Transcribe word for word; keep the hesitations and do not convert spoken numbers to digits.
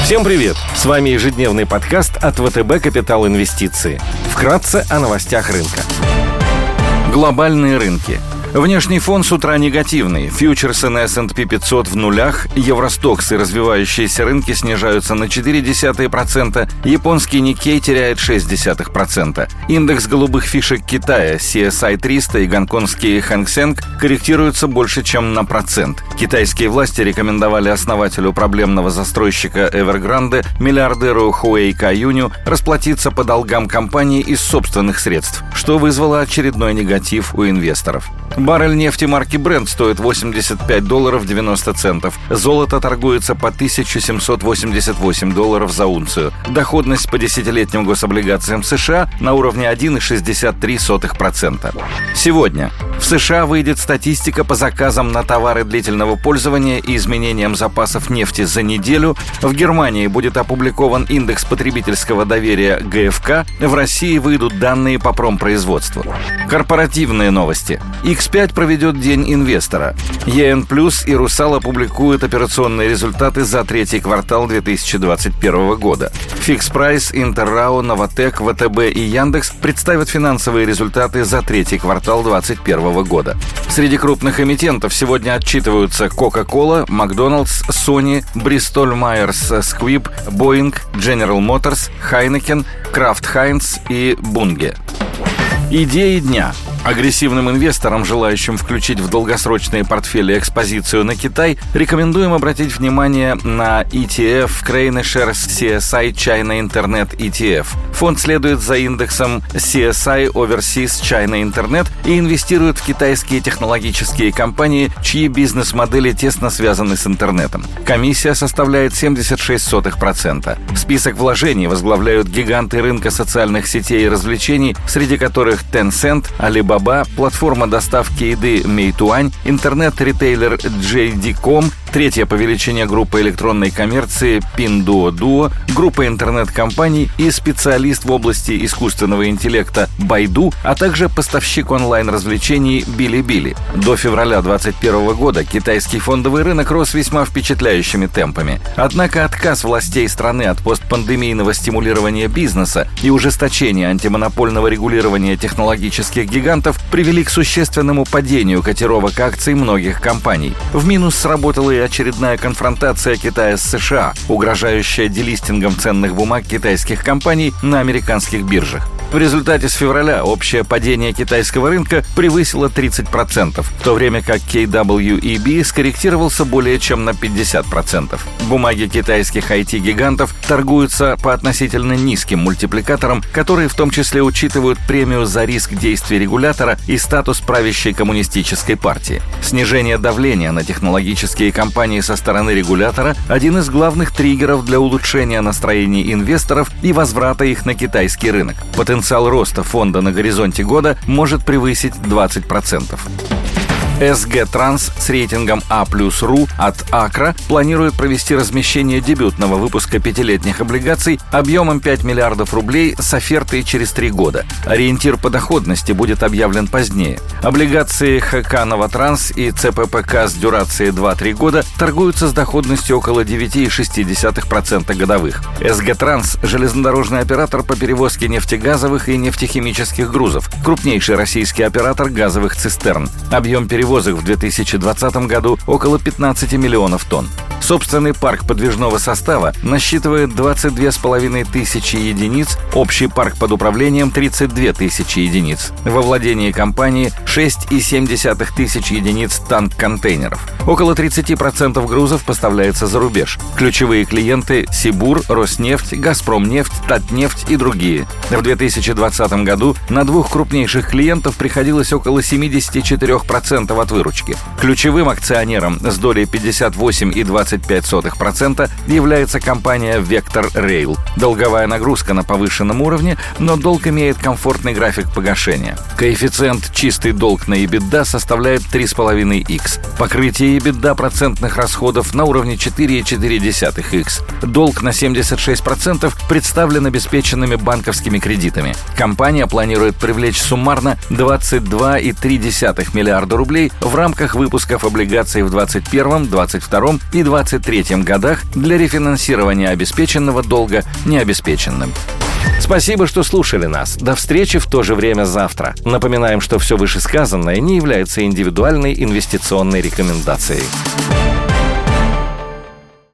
Всем привет! С вами ежедневный подкаст от вэ тэ бэ «Капитал Инвестиции». Вкратце о новостях рынка. Глобальные рынки. Внешний фон с утра негативный. Фьючерсы на эс энд пи пятьсот в нулях, Евростокс и развивающиеся рынки снижаются на ноль целых четыре десятых процента, японский Никкей теряет шесть целых шесть десятых процента. Индекс голубых фишек Китая си эс ай триста и гонконгский Хэнк Сенг корректируются больше, чем на процент. Китайские власти рекомендовали основателю проблемного застройщика Evergrande, миллиардеру Хуэй Каюню, расплатиться по долгам компании из собственных средств, что вызвало очередной негатив у инвесторов. Баррель нефти марки Brent стоит восемьдесят пять долларов девяносто центов. Золото торгуется по тысяча семьсот восемьдесят восемь долларов за унцию. Доходность по десятилетним гособлигациям США на уровне один целых шестьдесят три сотых процента. Сегодня в США выйдет статистика по заказам на товары длительного пользования и изменениям запасов нефти за неделю. В Германии будет опубликован индекс потребительского доверия гэ эф ка. В России выйдут данные по промпроизводству. Корпоративные новости. икс пять проведет День инвестора. и эн плюс и Русал опубликуют операционные результаты за третий квартал две тысячи двадцать первого года. Фикспрайс, Интеррао, Новотек, вэ тэ бэ и Яндекс представят финансовые результаты за третий квартал две тысячи двадцать первого года. Среди крупных эмитентов сегодня отчитываются Coca-Cola, Макдоналдс, Sony, Bristol Myers Squibb, Boeing, General Motors, Heineken, Kraft Heinz и Bunge. Идеи дня. Агрессивным инвесторам, желающим включить в долгосрочные портфели экспозицию на Китай, рекомендуем обратить внимание на и ти эф Crane Shares си эс ай China Internet и ти эф. Фонд следует за индексом си эс ай Overseas China Internet и инвестирует в китайские технологические компании, чьи бизнес-модели тесно связаны с интернетом. Комиссия составляет семьдесят шесть сотых процента. Список вложений возглавляют гиганты рынка социальных сетей и развлечений, среди которых Tencent, Alibaba, платформа доставки еды Meituan, интернет-ритейлер джей ди точка ком, третья по величине группа электронной коммерции Pinduoduo, группа интернет-компаний и специалист в области искусственного интеллекта Baidu, а также поставщик онлайн-развлечений Bilibili. До февраля две тысячи двадцать первого года китайский фондовый рынок рос весьма впечатляющими темпами. Однако отказ властей страны от постпандемийного стимулирования бизнеса и ужесточения антимонопольного регулирования технологических гигантов привели к существенному падению котировок акций многих компаний. В минус сработала и очередная конфронтация Китая с США, угрожающая делистингом ценных бумаг китайских компаний на американских биржах. В результате с февраля общее падение китайского рынка превысило тридцать процентов, в то время как кей дабл ю и би скорректировался более чем на пятьдесят процентов. Бумаги китайских ай ти-гигантов торгуются по относительно низким мультипликаторам, которые в том числе учитывают премию за риск действий регулятора и статус правящей коммунистической партии. Снижение давления на технологические компании со стороны регулятора – один из главных триггеров для улучшения настроений инвесторов и возврата их на китайский рынок. Потенциал роста фонда на горизонте года может превысить двадцать процентов. эс джи Транс с рейтингом А плюс РУ от Акра планирует провести размещение дебютного выпуска пятилетних облигаций объемом пять миллиардов рублей с офертой через три года. Ориентир по доходности будет объявлен позднее. Облигации эйч кей Новотранс и цэ пэ пэ ка с дюрацией два-три года торгуются с доходностью около девять целых шесть десятых процента годовых. эс джи Транс – железнодорожный оператор по перевозке нефтегазовых и нефтехимических грузов, крупнейший российский оператор газовых цистерн. Объем перевозок в две тысячи двадцатом году около пятнадцать миллионов тонн. Собственный парк подвижного состава насчитывает двадцать две с половиной тысячи единиц, общий парк под управлением тридцать две тысячи единиц. Во владении компании шесть целых семь десятых тысяч единиц танк-контейнеров. Около тридцать процентов грузов поставляется за рубеж. Ключевые клиенты – Сибур, Роснефть, Газпромнефть, Татнефть и другие. В две тысячи двадцатом году на двух крупнейших клиентов приходилось около семьдесят четыре процента от выручки. Ключевым акционером с долей пятьдесят восемь целых двадцать пять сотых процента является компания Vector Rail. Долговая нагрузка на повышенном уровне, но долг имеет комфортный график погашения. Коэффициент чистый долг на EBITDA составляет три с половиной икс. Покрытие EBITDA процентных расходов на уровне четыре целых четыре десятых икс. Долг на семьдесят шесть процентов представлен обеспеченными банковскими кредитами. Компания планирует привлечь суммарно двадцать два целых три десятых миллиарда рублей в рамках выпусков облигаций в двадцать первом, двадцать втором и двадцать двадцать третьем годах для рефинансирования обеспеченного долга необеспеченным. Спасибо, что слушали нас. До встречи в то же время завтра. Напоминаем, что все вышесказанное не является индивидуальной инвестиционной рекомендацией.